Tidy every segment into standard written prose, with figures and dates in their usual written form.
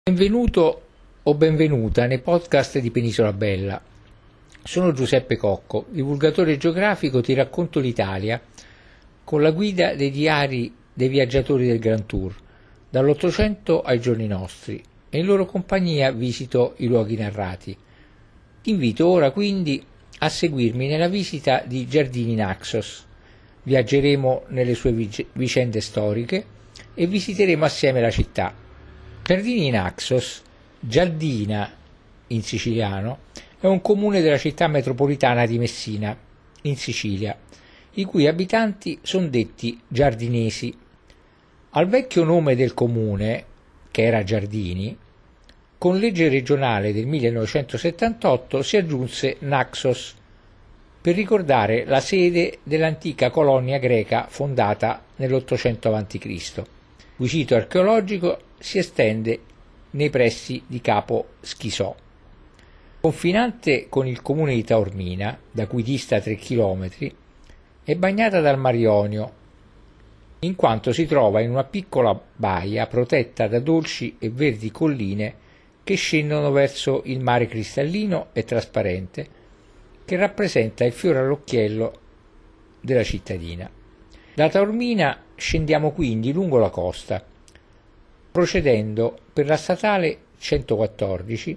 Benvenuto o benvenuta nei podcast di Penisola Bella. Sono Giuseppe Cocco, divulgatore geografico. Ti racconto l'Italia con la guida dei diari dei viaggiatori del Grand Tour, dall'Ottocento ai giorni nostri, e in loro compagnia visito i luoghi narrati. Ti invito ora quindi a seguirmi nella visita di Giardini Naxos. Viaggeremo nelle sue vicende storiche e visiteremo assieme la città. Giardini Naxos, Giardina in siciliano, è un comune della città metropolitana di Messina, in Sicilia, i cui abitanti sono detti giardinesi. Al vecchio nome del comune, che era Giardini, con legge regionale del 1978 si aggiunse Naxos, per ricordare la sede dell'antica colonia greca fondata nell'800 a.C. Il sito archeologico si estende nei pressi di Capo Schisò. Confinante con il comune di Taormina, da cui dista 3 km, è bagnata dal Mar Ionio, in quanto si trova in una piccola baia protetta da dolci e verdi colline che scendono verso il mare cristallino e trasparente, che rappresenta il fiore all'occhiello della cittadina. Da Taormina scendiamo quindi lungo la costa, procedendo per la statale 114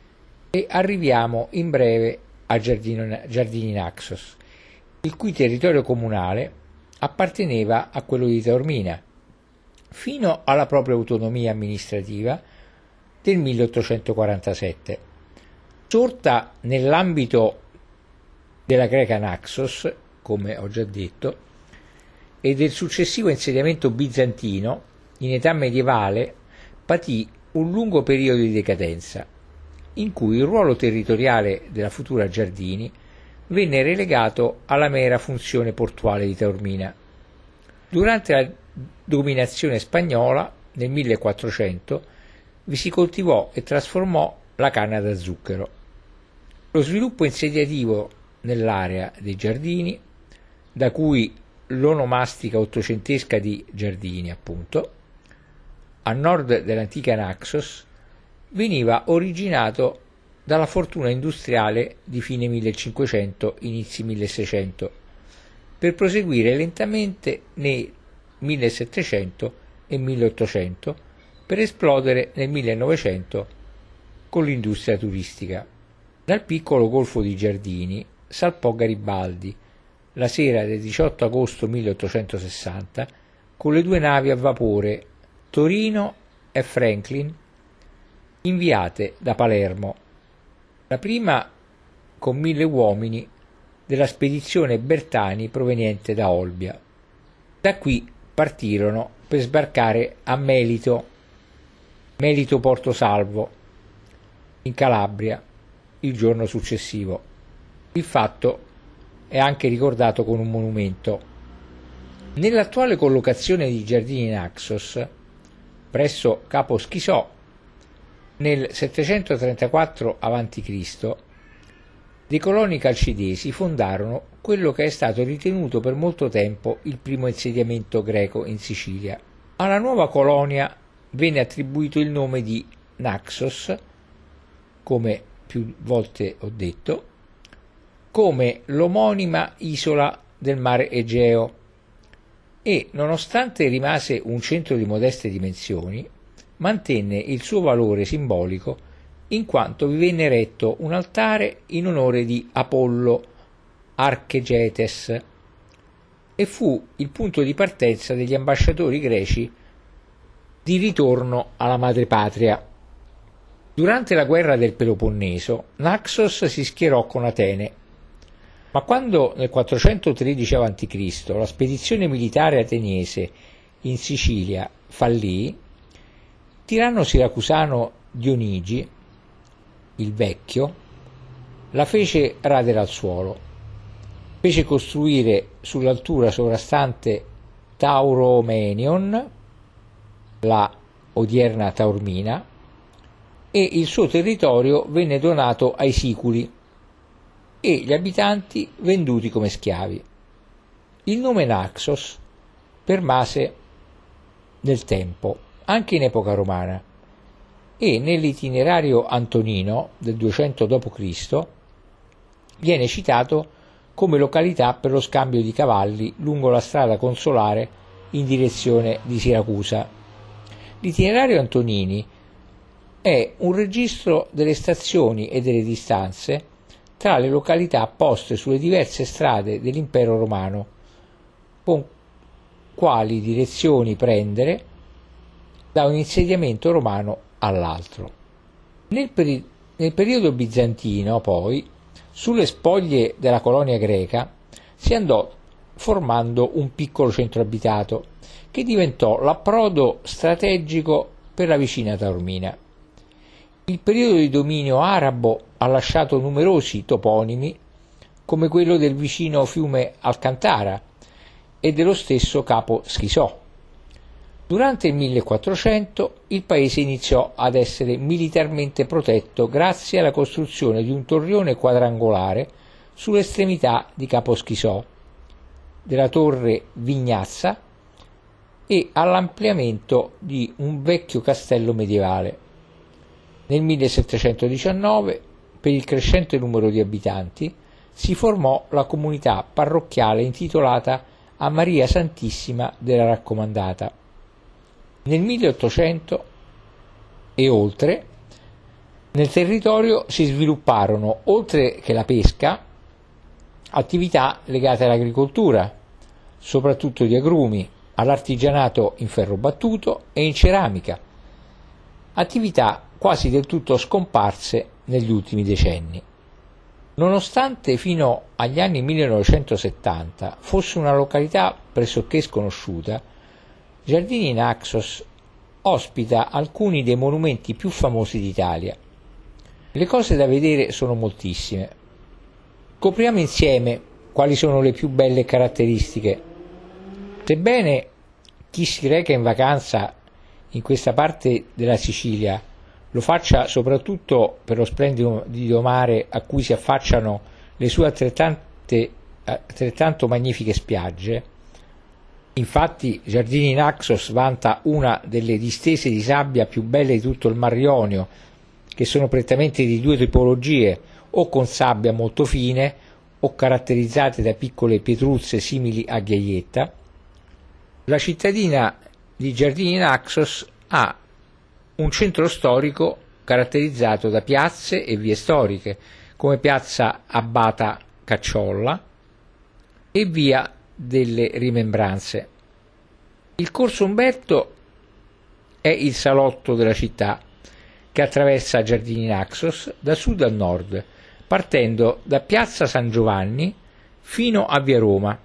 e arriviamo in breve a Giardini Naxos, il cui territorio comunale apparteneva a quello di Taormina fino alla propria autonomia amministrativa del 1847. Sorta nell'ambito della greca Naxos, come ho già detto, e del successivo insediamento bizantino, in età medievale patì un lungo periodo di decadenza, in cui il ruolo territoriale della futura Giardini venne relegato alla mera funzione portuale di Taormina. Durante la dominazione spagnola, nel 1400, vi si coltivò e trasformò la canna da zucchero. Lo sviluppo insediativo nell'area dei Giardini, da cui l'onomastica ottocentesca di Giardini, appunto, a nord dell'antica Naxos, veniva originato dalla fortuna industriale di fine 1500, inizi 1600, per proseguire lentamente nei 1700 e 1800, per esplodere nel 1900 con l'industria turistica. Dal piccolo golfo di Giardini salpò Garibaldi la sera del 18 agosto 1860 con le 2 navi a vapore Torino e Franklin, inviate da Palermo, la prima con 1000 uomini della spedizione Bertani proveniente da Olbia. Da qui partirono per sbarcare a Melito Porto Salvo, in Calabria, il giorno successivo. Il fatto è anche ricordato con un monumento. Nell'attuale collocazione di Giardini Naxos, presso Capo Schisò, nel 734 a.C., dei coloni calcidesi fondarono quello che è stato ritenuto per molto tempo il primo insediamento greco in Sicilia. Alla nuova colonia venne attribuito il nome di Naxos, come più volte ho detto, come l'omonima isola del mare Egeo, e, nonostante rimase un centro di modeste dimensioni, mantenne il suo valore simbolico in quanto vi venne eretto un altare in onore di Apollo Archegetes e fu il punto di partenza degli ambasciatori greci di ritorno alla madrepatria. Durante la guerra del Peloponneso, Naxos si schierò con Atene, ma quando nel 413 a.C. la spedizione militare ateniese in Sicilia fallì, il tiranno siracusano Dionigi, il Vecchio, la fece radere al suolo, fece costruire sull'altura sovrastante Tauromenion, la odierna Taormina, e il suo territorio venne donato ai Siculi e gli abitanti venduti come schiavi. Il nome Naxos permase nel tempo, anche in epoca romana, e nell'itinerario antonino del 200 d.C. viene citato come località per lo scambio di cavalli lungo la strada consolare in direzione di Siracusa. L'itinerario Antonini è un registro delle stazioni e delle distanze tra le località poste sulle diverse strade dell'impero romano, con quali direzioni prendere da un insediamento romano all'altro. Nel periodo bizantino, poi, sulle spoglie della colonia greca si andò formando un piccolo centro abitato che diventò l'approdo strategico per la vicina Taormina. Il periodo di dominio arabo ha lasciato numerosi toponimi, come quello del vicino fiume Alcantara e dello stesso capo Schisò. Durante il 1400 il paese iniziò ad essere militarmente protetto grazie alla costruzione di un torrione quadrangolare sull'estremità di Capo Schisò, della torre Vignazza e all'ampliamento di un vecchio castello medievale. Nel 1719, per il crescente numero di abitanti, si formò la comunità parrocchiale intitolata a Maria Santissima della Raccomandata. Nel 1800 e oltre, nel territorio si svilupparono, oltre che la pesca, attività legate all'agricoltura, soprattutto di agrumi, all'artigianato in ferro battuto e in ceramica, attività quasi del tutto scomparse negli ultimi decenni. Nonostante fino agli anni 1970 fosse una località pressoché sconosciuta, Giardini Naxos ospita alcuni dei monumenti più famosi d'Italia. Le cose da vedere sono moltissime. Scopriamo insieme quali sono le più belle caratteristiche. Sebbene chi si reca in vacanza in questa parte della Sicilia lo faccia soprattutto per lo splendido mare a cui si affacciano le sue altrettanto magnifiche spiagge. Infatti Giardini Naxos vanta una delle distese di sabbia più belle di tutto il Mar Ionio, che sono prettamente di due tipologie, o con sabbia molto fine o caratterizzate da piccole pietruzze simili a ghiaietta. La cittadina di Giardini Naxos ha un centro storico caratterizzato da piazze e vie storiche, come piazza Abata Cacciolla e via delle Rimembranze. Il Corso Umberto è il salotto della città che attraversa Giardini Naxos da sud a nord, partendo da piazza San Giovanni fino a via Roma,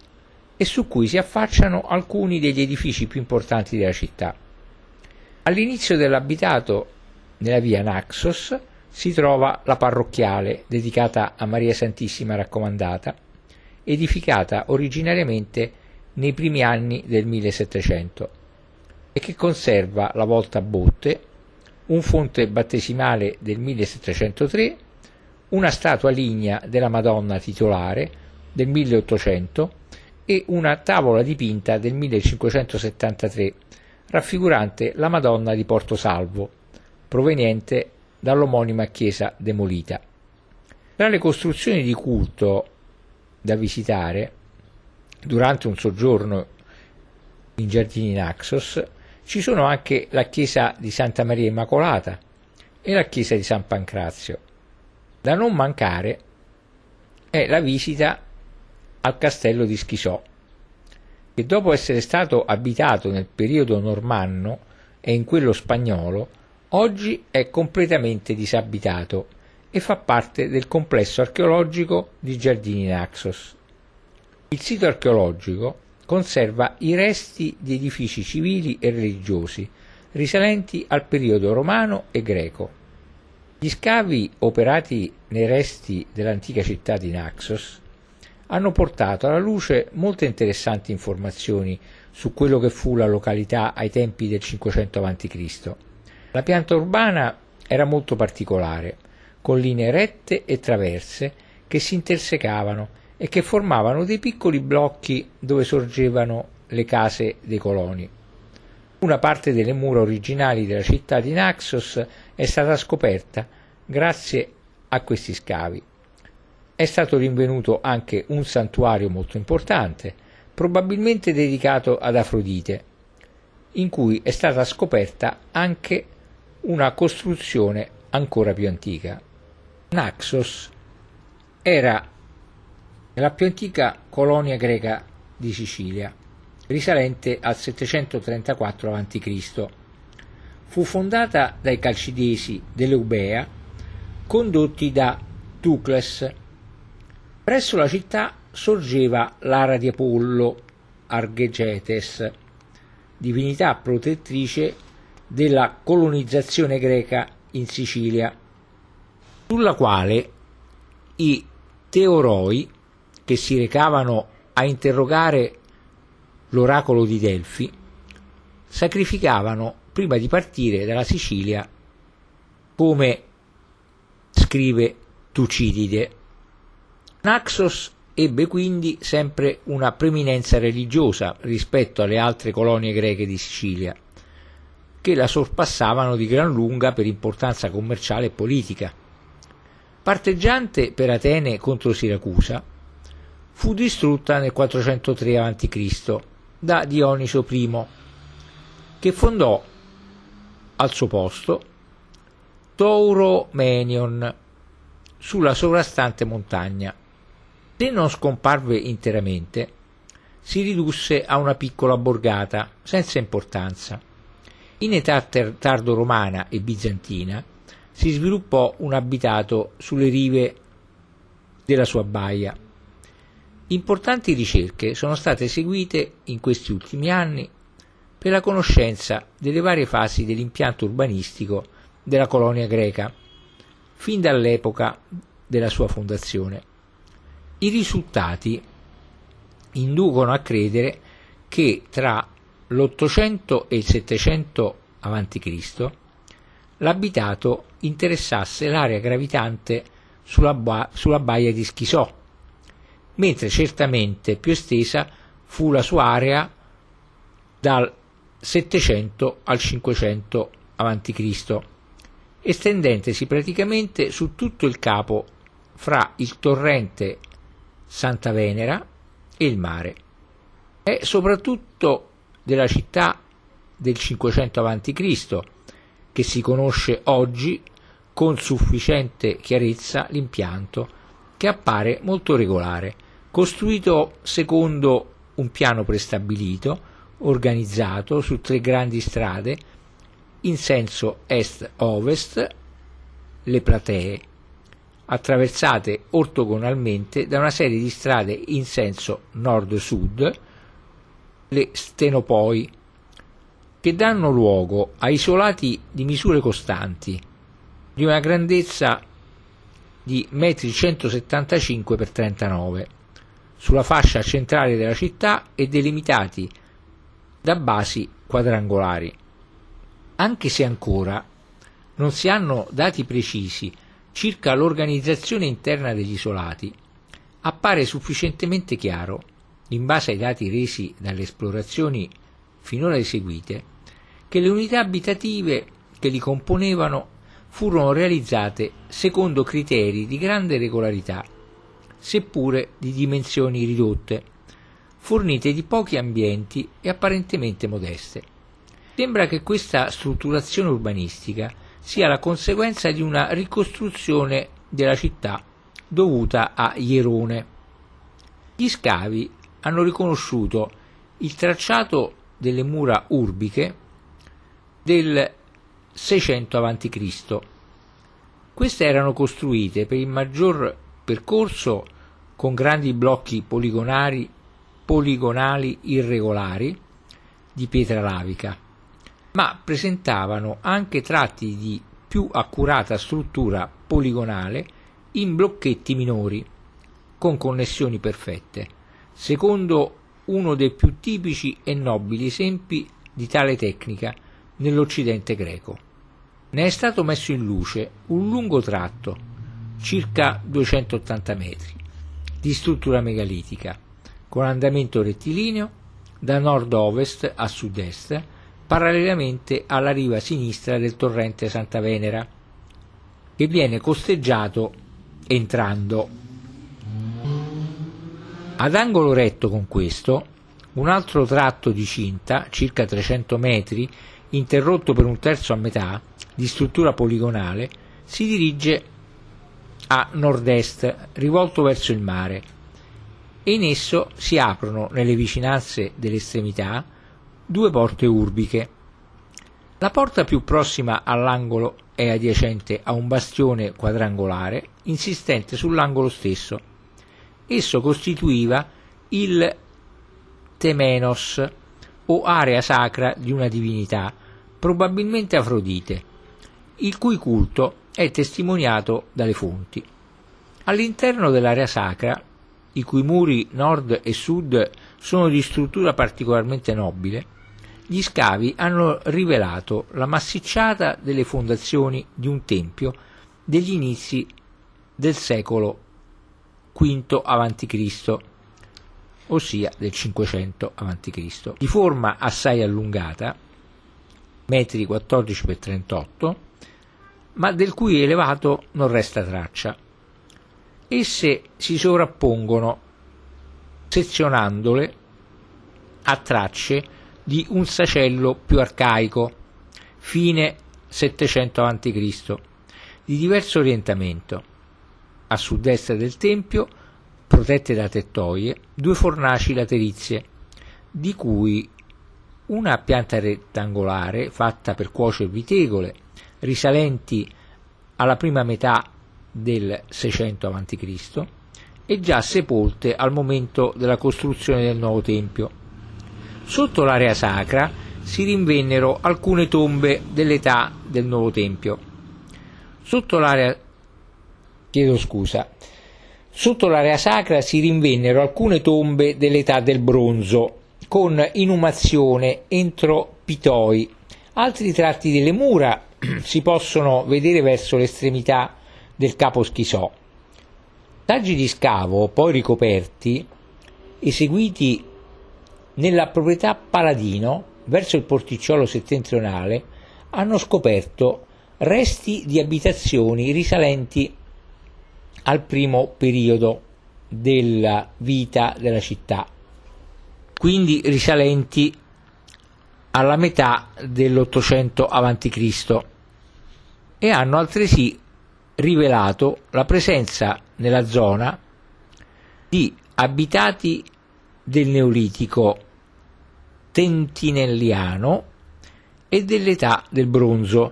e su cui si affacciano alcuni degli edifici più importanti della città. All'inizio dell'abitato, nella via Naxos, si trova la parrocchiale dedicata a Maria Santissima Raccomandata, edificata originariamente nei primi anni del 1700 e che conserva la volta a botte, un fonte battesimale del 1703, una statua lignea della Madonna titolare del 1800 e una tavola dipinta del 1573 raffigurante la Madonna di Porto Salvo, proveniente dall'omonima chiesa demolita. Tra le costruzioni di culto da visitare durante un soggiorno in Giardini Naxos ci sono anche la chiesa di Santa Maria Immacolata e la chiesa di San Pancrazio. Da non mancare è la visita al castello di Schisò, che dopo essere stato abitato nel periodo normanno e in quello spagnolo, oggi è completamente disabitato e fa parte del complesso archeologico di Giardini Naxos. Il sito archeologico conserva i resti di edifici civili e religiosi risalenti al periodo romano e greco. Gli scavi operati nei resti dell'antica città di Naxos hanno portato alla luce molte interessanti informazioni su quello che fu la località ai tempi del 500 a.C. La pianta urbana era molto particolare, con linee rette e traverse che si intersecavano e che formavano dei piccoli blocchi dove sorgevano le case dei coloni. Una parte delle mura originali della città di Naxos è stata scoperta grazie a questi scavi. È stato rinvenuto anche un santuario molto importante, probabilmente dedicato ad Afrodite, in cui è stata scoperta anche una costruzione ancora più antica. Naxos era la più antica colonia greca di Sicilia, risalente al 734 a.C. Fu fondata dai Calcidesi dell'Eubea, condotti da Tucles. Presso la città sorgeva l'ara di Apollo Argegetes, divinità protettrice della colonizzazione greca in Sicilia, sulla quale i teoroi, che si recavano a interrogare l'oracolo di Delfi, sacrificavano prima di partire dalla Sicilia, come scrive Tucidide. Naxos ebbe quindi sempre una preminenza religiosa rispetto alle altre colonie greche di Sicilia, che la sorpassavano di gran lunga per importanza commerciale e politica. Parteggiante per Atene contro Siracusa, fu distrutta nel 403 a.C. da Dioniso I, che fondò al suo posto Tauromenion sulla sovrastante montagna. Se non scomparve interamente, si ridusse a una piccola borgata senza importanza. In età tardo-romana e bizantina si sviluppò un abitato sulle rive della sua baia. Importanti ricerche sono state eseguite in questi ultimi anni per la conoscenza delle varie fasi dell'impianto urbanistico della colonia greca, fin dall'epoca della sua fondazione. I risultati inducono a credere che tra l'800 e il 700 a.C. l'abitato interessasse l'area gravitante sulla baia di Schisò, mentre certamente più estesa fu la sua area dal 700 al 500 a.C., estendentesi praticamente su tutto il capo fra il torrente Santa Venera e il mare. È soprattutto della città del 500 a.C. che si conosce oggi con sufficiente chiarezza l'impianto, che appare molto regolare, costruito secondo un piano prestabilito, organizzato su 3 grandi strade in senso est-ovest, le platee, attraversate ortogonalmente da una serie di strade in senso nord-sud, le stenopoi, che danno luogo a isolati di misure costanti, di una grandezza di 1,175 x 39 m, sulla fascia centrale della città e delimitati da basi quadrangolari. Anche se ancora non si hanno dati precisi circa l'organizzazione interna degli isolati, appare sufficientemente chiaro, in base ai dati resi dalle esplorazioni finora eseguite, che le unità abitative che li componevano furono realizzate secondo criteri di grande regolarità, seppure di dimensioni ridotte, fornite di pochi ambienti e apparentemente modeste. Sembra che questa strutturazione urbanistica sia la conseguenza di una ricostruzione della città dovuta a Ierone. Gli scavi hanno riconosciuto il tracciato delle mura urbiche del 600 a.C. Queste erano costruite per il maggior percorso con grandi blocchi poligonali irregolari di pietra lavica, ma presentavano anche tratti di più accurata struttura poligonale in blocchetti minori, con connessioni perfette, secondo uno dei più tipici e nobili esempi di tale tecnica nell'Occidente greco. Ne è stato messo in luce un lungo tratto, circa 280 metri, di struttura megalitica, con andamento rettilineo da nord-ovest a sud-est, parallelamente alla riva sinistra del torrente Santa Venera, che viene costeggiato entrando. Ad angolo retto con questo, un altro tratto di cinta, circa 300 metri, interrotto per un terzo a metà, di struttura poligonale, si dirige a nord-est, rivolto verso il mare, e in esso si aprono, nelle vicinanze delle estremità, due porte urbiche. La porta più prossima all'angolo è adiacente a un bastione quadrangolare insistente sull'angolo stesso. Esso costituiva il temenos, o area sacra di una divinità, probabilmente Afrodite, il cui culto è testimoniato dalle fonti. All'interno dell'area sacra, i cui muri nord e sud sono di struttura particolarmente nobile, gli scavi hanno rivelato la massicciata delle fondazioni di un tempio degli inizi del secolo V a.C., ossia del 500 a.C., di forma assai allungata, metri 14 x 38, ma del cui elevato non resta traccia. Esse si sovrappongono sezionandole a tracce di un sacello più arcaico, fine 700 a.C., di diverso orientamento. A sud-est del tempio, protette da tettoie, due fornaci laterizie, di cui una a pianta rettangolare fatta per cuocervi tegole, risalenti alla prima metà del 600 a.C. e già sepolte al momento della costruzione del nuovo tempio. Sotto l'area sacra si rinvennero alcune tombe dell'età del nuovo tempio. Sotto l'area sacra si rinvennero alcune tombe dell'età del bronzo, con inumazione entro pitoi. Altri tratti delle mura si possono vedere verso l'estremità del capo Schisò. Saggi di scavo, poi ricoperti, eseguiti nella proprietà Paladino, verso il porticciolo settentrionale, hanno scoperto resti di abitazioni risalenti al primo periodo della vita della città, quindi risalenti alla metà dell'800 a.C., e hanno altresì rivelato la presenza nella zona di abitati del Neolitico Tentinelliano e dell'età del bronzo,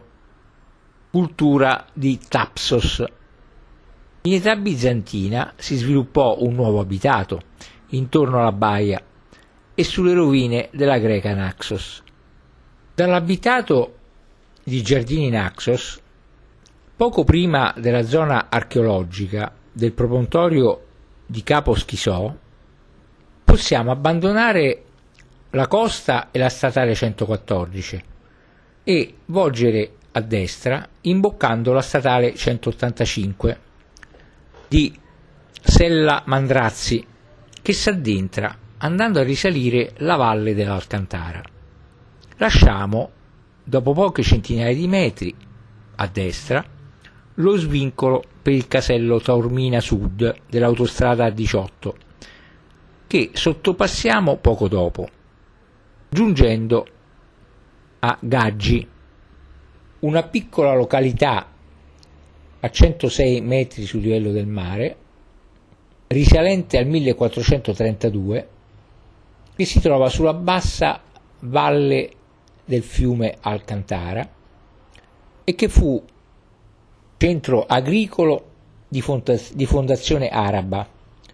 cultura di Thapsos. In età bizantina si sviluppò un nuovo abitato intorno alla baia e sulle rovine della greca Naxos. Dall'abitato di Giardini Naxos, poco prima della zona archeologica del promontorio di Capo Schisò, possiamo abbandonare la costa e la statale 114 e volgere a destra imboccando la statale 185 di Sella Mandrazzi, che s'addentra andando a risalire la valle dell'Alcantara. Lasciamo, dopo poche centinaia di metri a destra, lo svincolo per il casello Taormina Sud dell'autostrada A18, che sottopassiamo poco dopo, giungendo a Gaggi, una piccola località a 106 metri sul livello del mare, risalente al 1432, che si trova sulla bassa valle del fiume Alcantara e che fu centro agricolo di fondazione araba,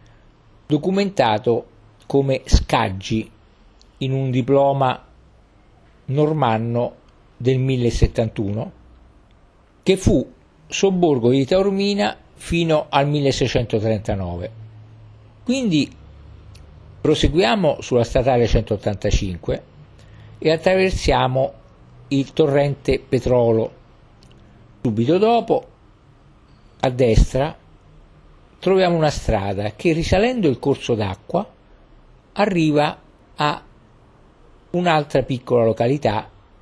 documentato come Scaggi in un diploma normanno del 1071, che fu sobborgo di Taormina fino al 1639. Quindi proseguiamo sulla statale 185 e attraversiamo il torrente Petrolo. Subito dopo, a destra, troviamo una strada che, risalendo il corso d'acqua, arriva a un'altra piccola località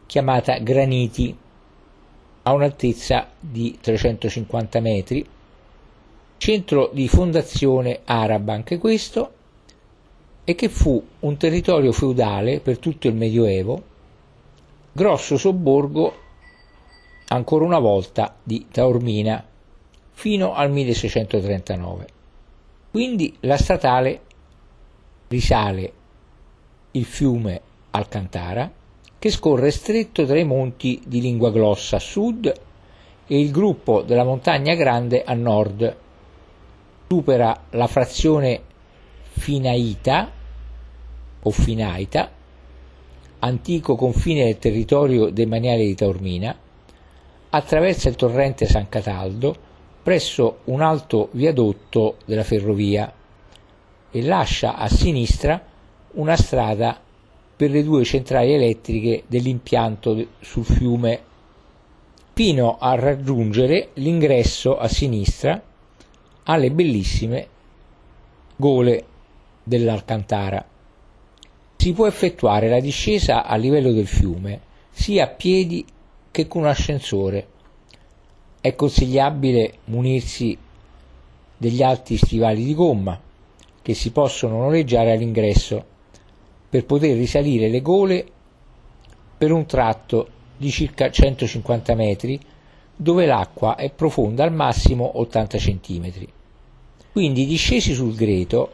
chiamata Graniti, a un'altezza di 350 metri, centro di fondazione araba anche questo, e che fu un territorio feudale per tutto il Medioevo, grosso sobborgo ancora una volta di Taormina fino al 1639. Quindi la statale risale il fiume Alcantara, che scorre stretto tra i monti di lingua glossa a sud e il gruppo della Montagna Grande a nord, supera la frazione Finaita o Finaita, antico confine del territorio demaniale di Taormina, attraversa il torrente San Cataldo presso un alto viadotto della ferrovia e lascia a sinistra una strada per le due centrali elettriche dell'impianto sul fiume, fino a raggiungere l'ingresso a sinistra alle bellissime gole dell'Alcantara. Si può effettuare la discesa a livello del fiume sia a piedi che con un ascensore. È consigliabile munirsi degli alti stivali di gomma che si possono noleggiare all'ingresso per poter risalire le gole per un tratto di circa 150 metri dove l'acqua è profonda al massimo 80 cm. Quindi discesi sul greto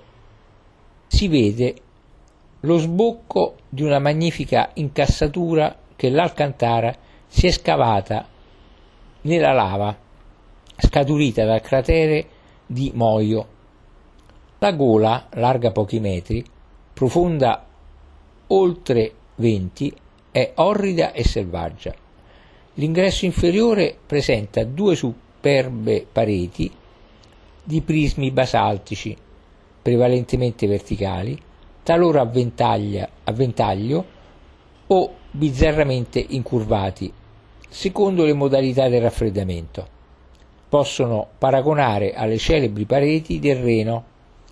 si vede lo sbocco di una magnifica incassatura che l'Alcantara si è scavata nella lava scaturita dal cratere di Moio. La gola, larga pochi metri, profonda oltre 20, è orrida e selvaggia. L'ingresso inferiore presenta due superbe pareti di prismi basaltici, prevalentemente verticali, talora a ventaglio o bizzarramente incurvati, secondo le modalità del raffreddamento. Possono paragonare alle celebri pareti del Reno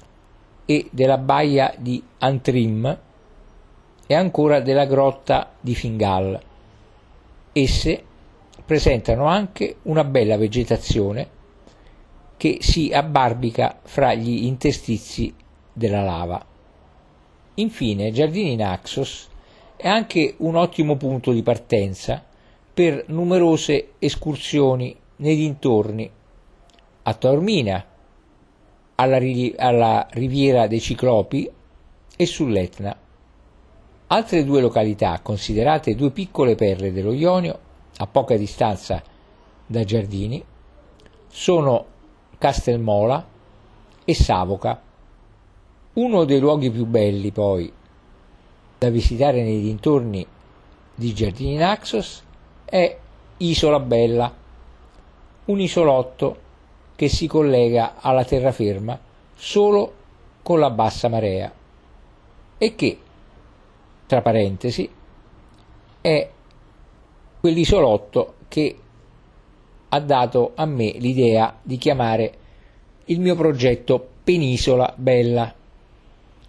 e della baia di Antrim e ancora della grotta di Fingal. Esse presentano anche una bella vegetazione che si abbarbica fra gli interstizi della lava. Infine, Giardini Naxos è anche un ottimo punto di partenza per numerose escursioni nei dintorni, a Taormina, alla Riviera dei Ciclopi e sull'Etna. Altre due località, considerate due piccole perle dello Ionio, a poca distanza da Giardini, sono Castelmola e Savoca. Uno dei luoghi più belli, poi, da visitare nei dintorni di Giardini Naxos è Isola Bella, un isolotto che si collega alla terraferma solo con la bassa marea e che, tra parentesi, è quell'isolotto che ha dato a me l'idea di chiamare il mio progetto Penisola Bella.